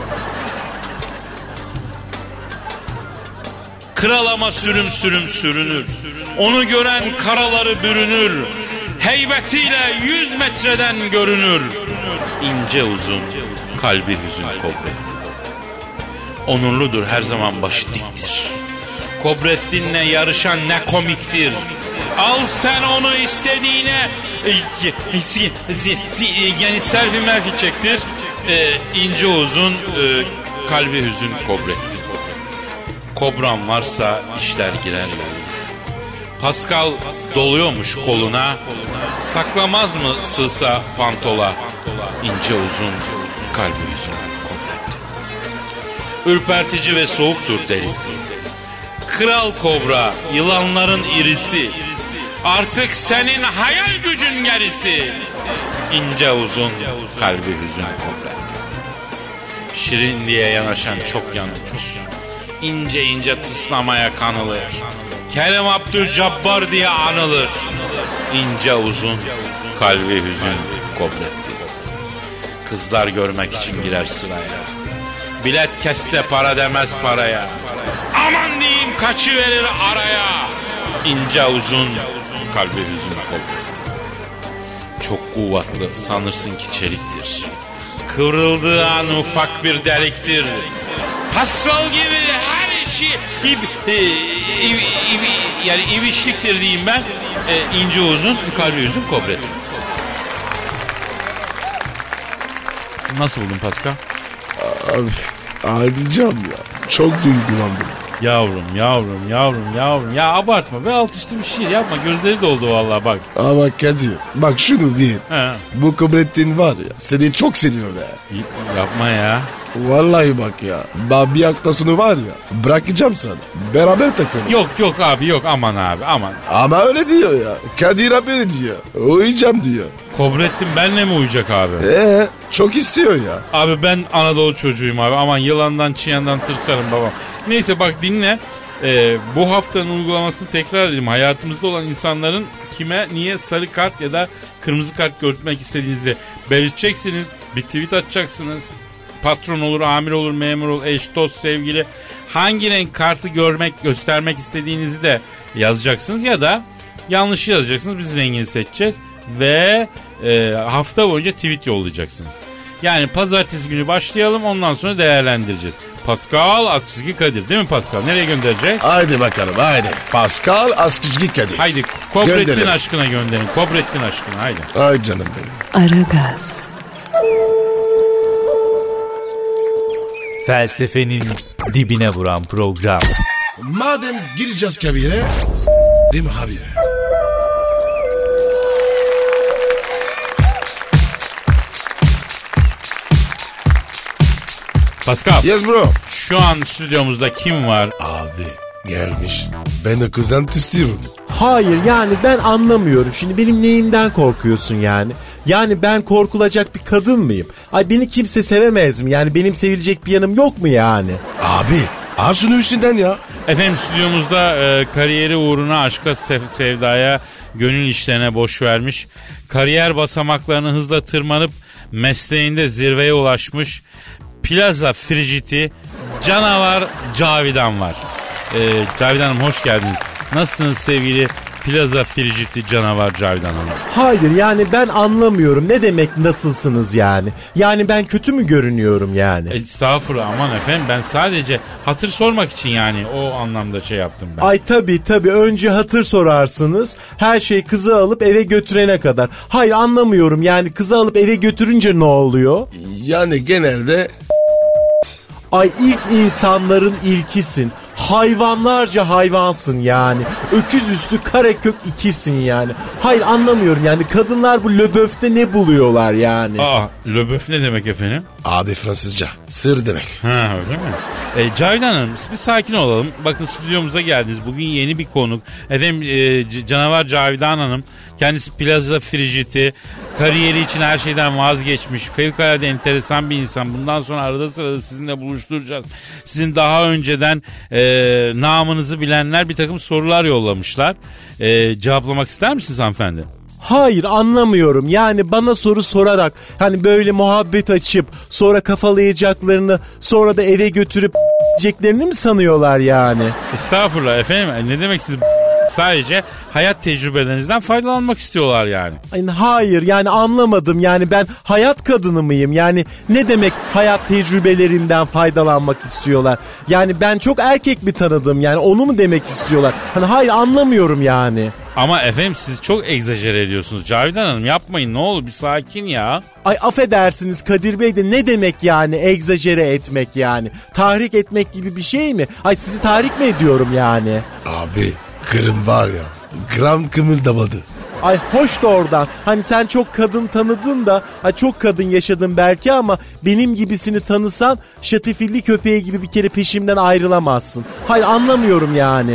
Kral ama sürüm sürüm sürünür. Onu gören karaları bürünür. Heybetiyle yüz metreden görünür. İnce uzun kalbi hüzün Kobrettin. Onurludur her zaman başı diktir. Kobrettin'le yarışan ne komiktir. Al sen onu istediğine yani selfie melfi çektir. E, ince uzun e, kalbi hüzün Kobrettin. Kobram varsa işler girer yoluna. Pascal doluyormuş koluna. Saklamaz mı sığsa fantola. İnce uzun kalbi hüzün Kobrettin. Ürpertici ve soğuktur derisi. Kral kobra, yılanların irisi. Artık senin hayal gücün gerisi. İnce uzun kalbi hüzün kobretti. Şirin diye yanaşan çok yanılır. İnce ince tıslamaya kanılır. Kerim Abdülcabbar diye anılır. İnce uzun kalbi hüzün kobretti. Kızlar görmek için girer sıraya. Bilet kesse para demez paraya. Aman diyeyim kaçıverir araya. İnce uzun kalbi hüzün kobretti. Çok kuvvetli sanırsın ki çeliktir. Kıvrıldığı an ufak bir deliktir. Pascal gibi her işi ib, e, iv, iv, yani ivişliktir diyeyim ben. E, ince uzun kalbi hüzün kobretti. Nasıl buldun Pascal? Abi ağlayacağım ya. Çok duygulandım. Yavrum yavrum yavrum yavrum. Ya abartma be, alt üstü bir şey yapma. Gözleri doldu vallahi bak. Ama Kadir bak şunu bir. He. Bu Kobrettin var ya seni çok seviyor be. Yapma ya. Vallahi bak ya. Ben bir hafta sonu var ya bırakacağım sana. Beraber takalım. Yok yok abi yok, aman abi aman. Ama öyle diyor ya. Kadir abi diyor. Uyuyacağım diyor. Kobrettin benle mi uyuyacak abi? Eee çok istiyor ya. Abi ben Anadolu çocuğuyum abi. Aman yılandan çıyandan tırsarım babam. Neyse bak dinle. Ee, bu haftanın uygulamasını tekrar edeyim. Hayatımızda olan insanların kime niye sarı kart ya da kırmızı kart görmek istediğinizi belirteceksiniz. Bir tweet atacaksınız. Patron olur, amir olur, memur olur, eş, dost, sevgili. Hangi renk kartı görmek, göstermek istediğinizi de yazacaksınız ya da yanlış yazacaksınız. Biz rengini seçeceğiz ve e, hafta boyunca tweet yollayacaksınız. Yani pazartesi günü başlayalım, ondan sonra değerlendireceğiz. Pascal Askizgi Kadir değil mi Pascal? Nereye gönderecek? Haydi bakalım haydi. Pascal Askizgi Kadir. Haydi Kobrettin aşkına gönderin. Kobrettin aşkına haydi. Ay canım benim. Aragaz. Felsefenin dibine vuran program. Madem gireceğiz kabire, s***rim abi. Pascal. Yes bro. Şu an stüdyomuzda kim var? Abi gelmiş. Ben de kuzen istiyorum. Hayır yani ben anlamıyorum. Şimdi benim neyimden korkuyorsun yani? Yani ben korkulacak bir kadın mıyım? Ay beni kimse sevemez mi? Yani benim sevilecek bir yanım yok mu yani? Abi al şunu üstünden ya. Efendim stüdyomuzda e, kariyeri uğruna aşka sev- sevdaya gönül işlerine boş vermiş. Kariyer basamaklarını hızla tırmanıp mesleğinde zirveye ulaşmış. Plaza Frigiti canavar Cavidan var. E, Cavidan Hanım hoş geldiniz. Nasılsınız sevgili Plaza Frigiti canavar Cavidan Hanım? Hayır yani ben anlamıyorum. Ne demek nasılsınız yani? Yani ben kötü mü görünüyorum yani? Estağfurullah aman efendim, ben sadece hatır sormak için yani o anlamda şey yaptım ben. Ay tabii tabii, önce hatır sorarsınız. Her şey kızı alıp eve götürene kadar. Hayır anlamıyorum yani, kızı alıp eve götürünce ne oluyor? Yani genelde... Ay ilk insanların ilkisin. Hayvanlarca hayvansın yani. Öküz üstü karekök ikisin yani. Hayır anlamıyorum yani, kadınlar bu löböfte ne buluyorlar yani? Aa, löböf ne demek efendim? Abi Fransızca sır demek. Ha öyle mi? E, Cavidan Hanım bir sakin olalım. Bakın stüdyomuza geldiniz. Bugün yeni bir konuk. Efendim e, c- canavar Cavidan Hanım. Kendisi Plaza Frigiti. Kariyeri için her şeyden vazgeçmiş. Fevkalade enteresan bir insan. Bundan sonra arada sırada sizinle buluşturacağız. Sizin daha önceden e, namınızı bilenler bir takım sorular yollamışlar. E, cevaplamak ister misiniz hanımefendi? Hayır anlamıyorum yani, bana soru sorarak hani böyle muhabbet açıp sonra kafalayacaklarını, sonra da eve götürüp diyeceklerini mi sanıyorlar yani? Estağfurullah efendim, ne demek siz sadece hayat tecrübelerinizden faydalanmak istiyorlar yani. Ay, hayır yani anlamadım yani, ben hayat kadını mıyım yani? Ne demek hayat tecrübelerimden faydalanmak istiyorlar? Yani ben çok erkek mi tanıdım yani, onu mu demek istiyorlar? Hani hayır anlamıyorum yani. Ama efendim siz çok egzajere ediyorsunuz Cavidan Hanım, yapmayın ne olur, bir sakin ya. Ay affedersiniz Kadir Bey de ne demek yani egzajere etmek yani? Tahrik etmek gibi bir şey mi? Ay sizi tahrik mi ediyorum yani? Abi kırım var ya, gram kımıldamadı. Ay hoş da oradan. Hani sen çok kadın tanıdın da, ha çok kadın yaşadın belki ama benim gibisini tanısan şatifilli köpeği gibi bir kere peşimden ayrılamazsın. Hayır anlamıyorum yani.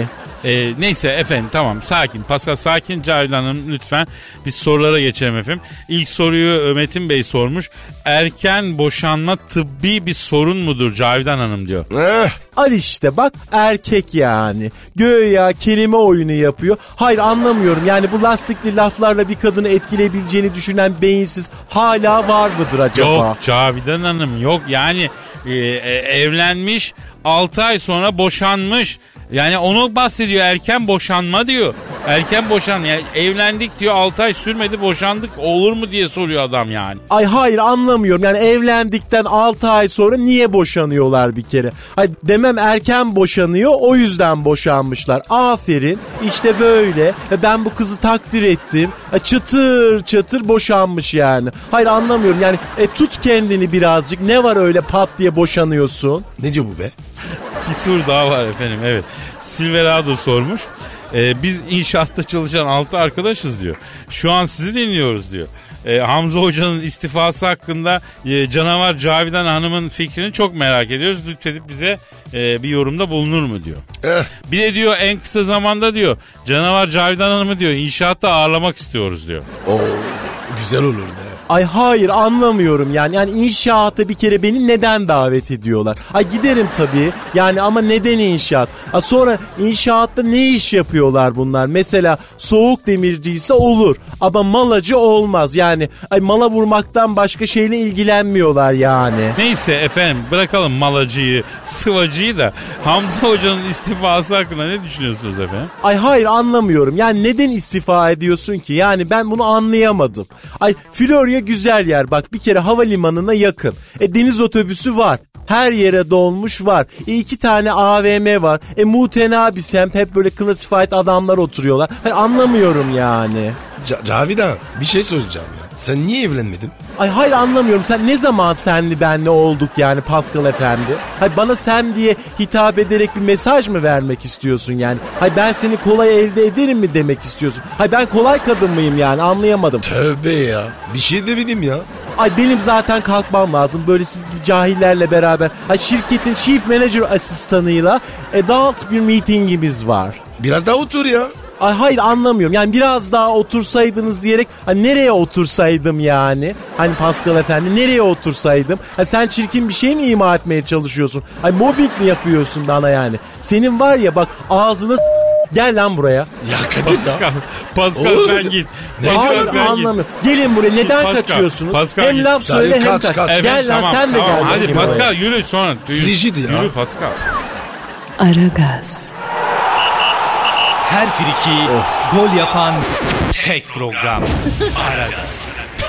Ee, neyse efendim tamam sakin. Pascal sakin. Cavidan Hanım lütfen biz sorulara geçelim efendim. İlk soruyu Metin Bey sormuş. Erken boşanma tıbbi bir sorun mudur Cavidan Hanım diyor. Eh. Al işte bak erkek yani. Göya kelime oyunu yapıyor. Hayır anlamıyorum yani bu lastikli laflarla bir kadını etkileyebileceğini düşünen beyinsiz hala var mıdır acaba? Yok Cavidan Hanım yok yani e, e, evlenmiş altı ay sonra boşanmış. Yani onu bahsediyor erken boşanma diyor. Erken boşan yani evlendik diyor altı ay sürmedi boşandık olur mu diye soruyor adam yani. Ay hayır anlamıyorum yani evlendikten altı ay sonra niye boşanıyorlar bir kere? Ay demem erken boşanıyor o yüzden boşanmışlar. Aferin işte böyle ben bu kızı takdir ettim. Çıtır çıtır boşanmış yani. Hayır anlamıyorum yani e, tut kendini birazcık ne var öyle pat diye boşanıyorsun. Ne diyor bu be? Bir soru daha var efendim evet. Silverado sormuş. Ee, biz inşaatta çalışan altı arkadaşız diyor. Şu an sizi dinliyoruz diyor. Ee, Hamza Hoca'nın istifası hakkında e, canavar Cavidan Hanım'ın fikrini çok merak ediyoruz. Lütfedip bize e, bir yorumda bulunur mu diyor. Eh. Bir de diyor en kısa zamanda diyor canavar Cavidan Hanım'ı diyor inşaatta ağırlamak istiyoruz diyor. Oo, güzel olur be. Ay hayır anlamıyorum yani. Yani inşaata bir kere beni neden davet ediyorlar? Ay giderim tabii. Yani ama neden inşaat? Ha sonra inşaatta ne iş yapıyorlar bunlar? Mesela soğuk demirciyse olur. Ama malacı olmaz. Yani ay mala vurmaktan başka şeyle ilgilenmiyorlar yani. Neyse efendim bırakalım malacıyı, sıvacıyı da Hamza Hoca'nın istifası hakkında ne düşünüyorsunuz efendim? Ay hayır anlamıyorum. Yani neden istifa ediyorsun ki? Yani ben bunu anlayamadım. Ay Florya güzel yer bak bir kere havalimanına yakın. E deniz otobüsü var. Her yere dolmuş var. E iki tane A V M var. E mutena bir semt hep böyle classified adamlar oturuyorlar. Hayır, anlamıyorum yani. Ca- Cavidan bir şey söyleyeceğim ya. Sen niye evlenmedin? Ay hayır anlamıyorum. Sen ne zaman senli benli olduk yani Pascal Efendi? Hayır bana sen diye hitap ederek bir mesaj mı vermek istiyorsun yani? Hayır ben seni kolay elde ederim mi demek istiyorsun? Hayır ben kolay kadın mıyım yani anlayamadım. Tövbe ya. Bir şey de bileyim ya. Ay benim zaten kalkmam lazım. Böyle siz gibi cahillerle beraber. Ay şirketin chief manager asistanıyla adult bir meetingimiz var. Biraz daha otur ya. Ay hayır anlamıyorum. Yani biraz daha otursaydınız diyerek hani nereye otursaydım yani? Hani Pascal Efendi nereye otursaydım? Ha sen çirkin bir şey mi ima etmeye çalışıyorsun? Ay mobbing mi yapıyorsun bana yani? Senin var ya bak ağzını s- gel lan buraya. Ya Kadir Pascal, ya. Pascal Olur. sen git. Ne Pascal, Hayır sen git. anlamıyorum. Gelin buraya neden Pascal, kaçıyorsunuz? Pascal hem git. laf söyle Dayı, hem kaç, kaç. kaç. Evet, Gel lan tamam, sen de tamam. gel. Hadi bakayım Pascal buraya. yürü sonra. Yürü, Rigid ya. Yürü Pascal. Aragaz, Her friki gol yapan tek program. Aragaz.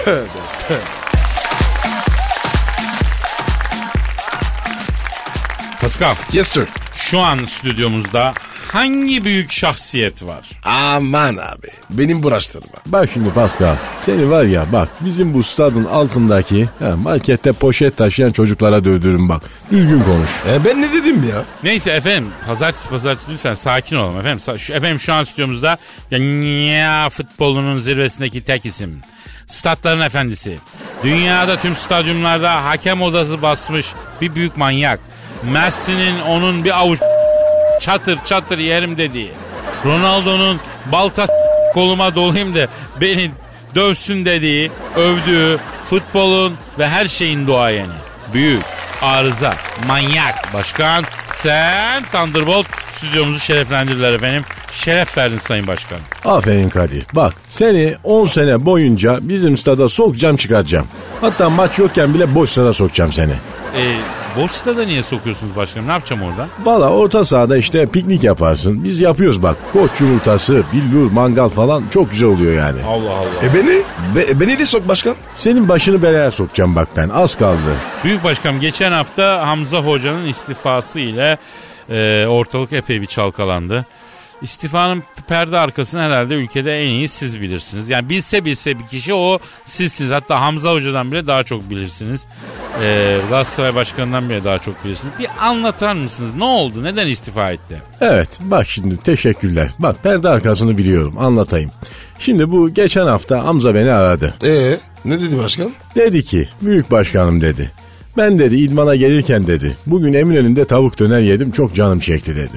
Pascal Yes sir. şu an stüdyomuzda hangi büyük şahsiyet var? Aman abi. Benim bulaştırma. Bak şimdi Pascal, seni var ya bak bizim bu stadın altındaki ha, markette poşet taşıyan çocuklara dövdürün bak. Düzgün konuş. E ben ne dedim ya? Neyse efendim pazartesi pazartesi lütfen sakin olalım efendim. Sa- Şu, efendim şu an stüdyomuzda ya, ya futbolunun zirvesindeki tek isim. Statların efendisi. Dünyada tüm stadyumlarda hakem odası basmış bir büyük manyak. Messi'nin onun bir avuç çatır çatır yerim dediği. Ronaldo'nun balta koluma dolayım da beni dövsün dediği, övdüğü futbolun ve her şeyin duayeni. Büyük, arıza, manyak başkan sen Thunderbolt stüdyomuzu şereflendirdiler efendim. Şeref verdin Sayın Başkan. Aferin Kadir. Bak seni on sene boyunca bizim stada sokacağım çıkaracağım. Hatta maç yokken bile boş stada sokacağım seni. Ee, boş stada niye sokuyorsunuz başkanım? Ne yapacağım orada? Valla orta sahada işte piknik yaparsın. Biz yapıyoruz bak. Koç yumurtası, billur, mangal falan çok güzel oluyor yani. Allah Allah. E beni? Be, beni de sok başkan. Senin başını belaya sokacağım bak ben. Az kaldı. Büyük başkanım geçen hafta Hamza Hoca'nın istifası ile e, ortalık epey bir çalkalandı. İstifanın perde arkasını herhalde ülkede en iyi siz bilirsiniz. Yani bilse bilse bir kişi o sizsiniz. Hatta Hamza Hoca'dan bile daha çok bilirsiniz. Ee, Galatasaray Başkanı'ndan bile daha çok bilirsiniz. Bir anlatar mısınız? Ne oldu? Neden istifa etti? Evet bak şimdi teşekkürler. Bak perde arkasını biliyorum anlatayım. Şimdi bu geçen hafta Hamza beni aradı. Ee, ne dedi başkan? Dedi ki büyük başkanım dedi. Ben dedi idmana gelirken dedi bugün Eminönü'nde tavuk döner yedim çok canım çekti dedi.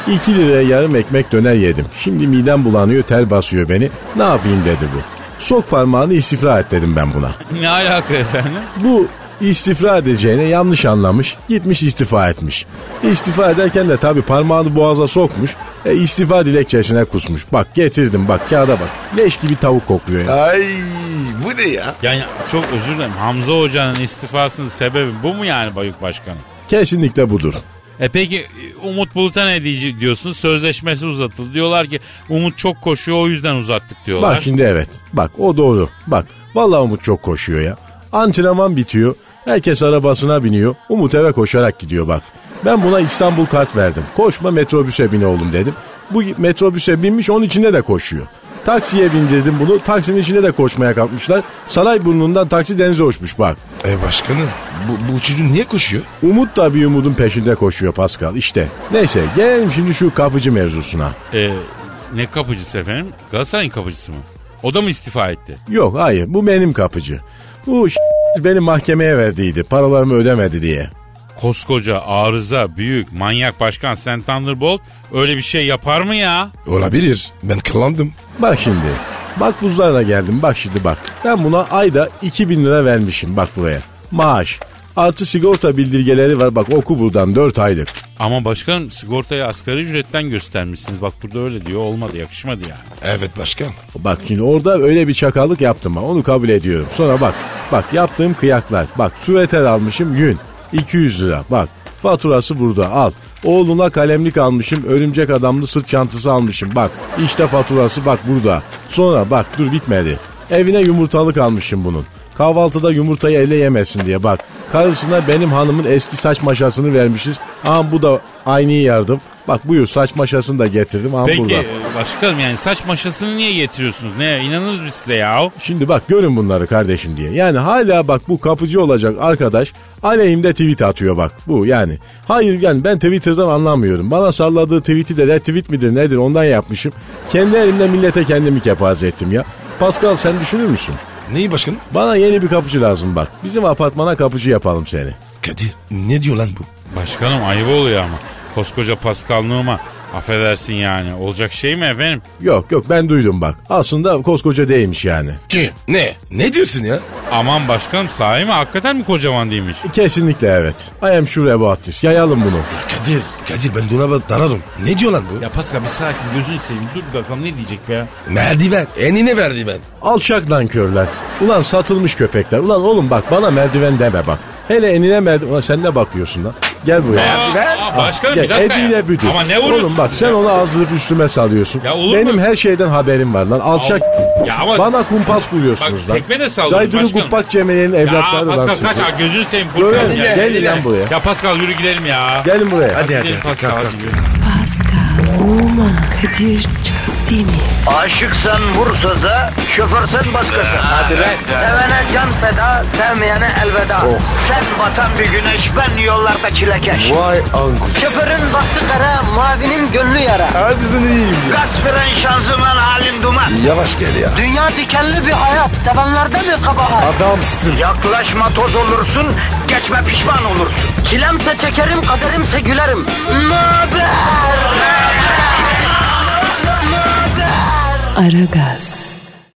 iki liraya yarım ekmek döner yedim. Şimdi midem bulanıyor, ter basıyor beni. Ne yapayım dedi bu. Sok parmağını istifra et dedim ben buna. Ne alaka efendim? Bu istifra edeceğine yanlış anlamış, gitmiş istifa etmiş. İstifa ederken de tabii parmağını boğaza sokmuş, e, istifa dilekçesine kusmuş. Bak getirdim bak, kağıda bak. Leş gibi tavuk kokuyor ya. Ay bu ne ya? Yani çok özür dilerim. Hamza Hoca'nın istifasının sebebi bu mu yani Bayık Başkanım? Kesinlikle budur. E peki Umut Bulut'a ne diyecek diyorsun? Sözleşmesi uzatıldı. Diyorlar ki Umut çok koşuyor, o yüzden uzattık diyorlar. Bak şimdi evet. Bak o doğru. Bak vallahi Umut çok koşuyor ya. Antrenman bitiyor. Herkes arabasına biniyor. Umut eve koşarak gidiyor bak. Ben buna İstanbul kart verdim. Koşma metrobüse bin oğlum dedim. Bu metrobüse binmiş, onun içinde de koşuyor. Taksiye bindirdim bunu. Taksinin içinde de koşmaya kalkmışlar. Sarayburnu'ndan taksi denize uçmuş bak. E başkanım bu, bu çocuk niye koşuyor? Umut da bir umudun peşinde koşuyor Pascal işte. Neyse gelelim şimdi şu kapıcı mevzusuna. E, ne kapıcısı efendim? Galatasaray'ın kapıcısı mı? O da mı istifa etti? Yok hayır, bu benim kapıcı. Bu beni mahkemeye verdiydi paralarımı ödemedi diye. Koskoca arıza büyük manyak başkan Sen Thunderbolt öyle bir şey yapar mı ya? Olabilir. Ben kıllandım. Bak şimdi. Bak buzlarla geldim. Bak şimdi bak. Ben buna ayda iki bin lira vermişim. Bak buraya. Maaş. Artı sigorta bildirgeleri var. Bak oku buradan dört aylık. Ama başkanım sigortayı asgari ücretten göstermişsiniz. Bak burada öyle diyor. Olmadı, yakışmadı yani. Evet başkan. Bak şimdi orada öyle bir çakallık yaptım. Onu kabul ediyorum. Sonra bak. Bak yaptığım kıyaklar. Bak süveter almışım yün. iki yüz lira. Bak faturası burada, al. Oğluna kalemlik almışım, örümcek adamlı sırt çantası almışım. Bak işte faturası bak burada. Sonra bak dur bitmedi. Evine yumurtalık almışım bunun. Kahvaltıda yumurtayı elle yemesin diye bak. Karısına benim hanımın eski saç maşasını vermişiz. Aha bu da aynı yardım. Bak buyur saç maşasını da getirdim. Aha Peki burada. başkanım yani saç maşasını niye getiriyorsunuz? Ne inanırız biz size ya? Şimdi bak görün bunları kardeşim diye. Yani hala bak bu kapıcı olacak arkadaş aleyhimde tweet atıyor bak bu yani. Hayır yani ben Twitter'dan anlamıyorum. Bana salladığı tweet'i de retweet midir nedir ondan yapmışım. Kendi elimle millete kendimi kepaze ettim ya. Pascal sen düşünür müsün? Neyi başkanım? Bana yeni bir kapıcı lazım bak. Bizim apartmana kapıcı yapalım seni. Kadir ne diyor lan bu? Başkanım ayıp oluyor ama. Koskoca Pascal Numa. Affedersin yani. Olacak şey mi efendim? Yok yok ben duydum bak. Aslında koskoca değilmiş yani. Ki? Ne? Ne diyorsun ya? Aman başkanım sahi mi? Hakikaten mi kocaman değilmiş? Kesinlikle evet. I am sure about this. Yayalım bunu. Ya Kadir, Kadir ben Dunab'a dararım. Ne diyor lan bu? Ya Pascal bir sakin gözünü seveyim. Dur bir bakalım ne diyecek be ya? Merdiven. Enine merdiven. Alçak nankörler. Ulan satılmış köpekler. Ulan oğlum bak bana merdiven deme bak. Hele enine merdiven. Ulan sen ne bakıyorsun lan? Gel buraya. Aa, aa, başkanım Gel, bir dakika Ediyle ya. büdür. Ama ne vurursun? Oğlum bak sen ya? onu azdırıp üstüme salıyorsun. Ya olur Benim mu? her şeyden haberim var lan. Alçak. Ya ama- Bana kumpas kuruyorsunuz Bak, lan. tekme de sallıyorsun Gaydırı başkanım. Guppak Cemeli'nin Ya evlatları lan Pascal sizi. kaç abi gözünü seveyim. Görün, kurtarın ya. gelin lan buraya. Ya Pascal yürü gidelim ya. Gelin buraya. Hadi hadi. Gidelim hadi. Pascal. Kalk, kalk. hadi yürü. Pascal, Oman, Kadir çok değil mi? Aşıksan vursa da, şoförsen başkasın. Hadi be. Sevene can feda, sevmeyene elveda. Sen batan bir güneş, ben yollarda çilekeş. Vay anku. Şoförün baktı kara, mavinin gönlü yara. Hadi sen iyiyim ya. Kasperen şanzıman halin duman. Yavaş gel ya. Dünya dikenli bir hayat, sevenlerde mi kabahar? Adamsın. Yaklaşma toz olursun, geçme pişman olursun. Çilemse çekerim, kaderimse gülerim. Möber! Aragaz.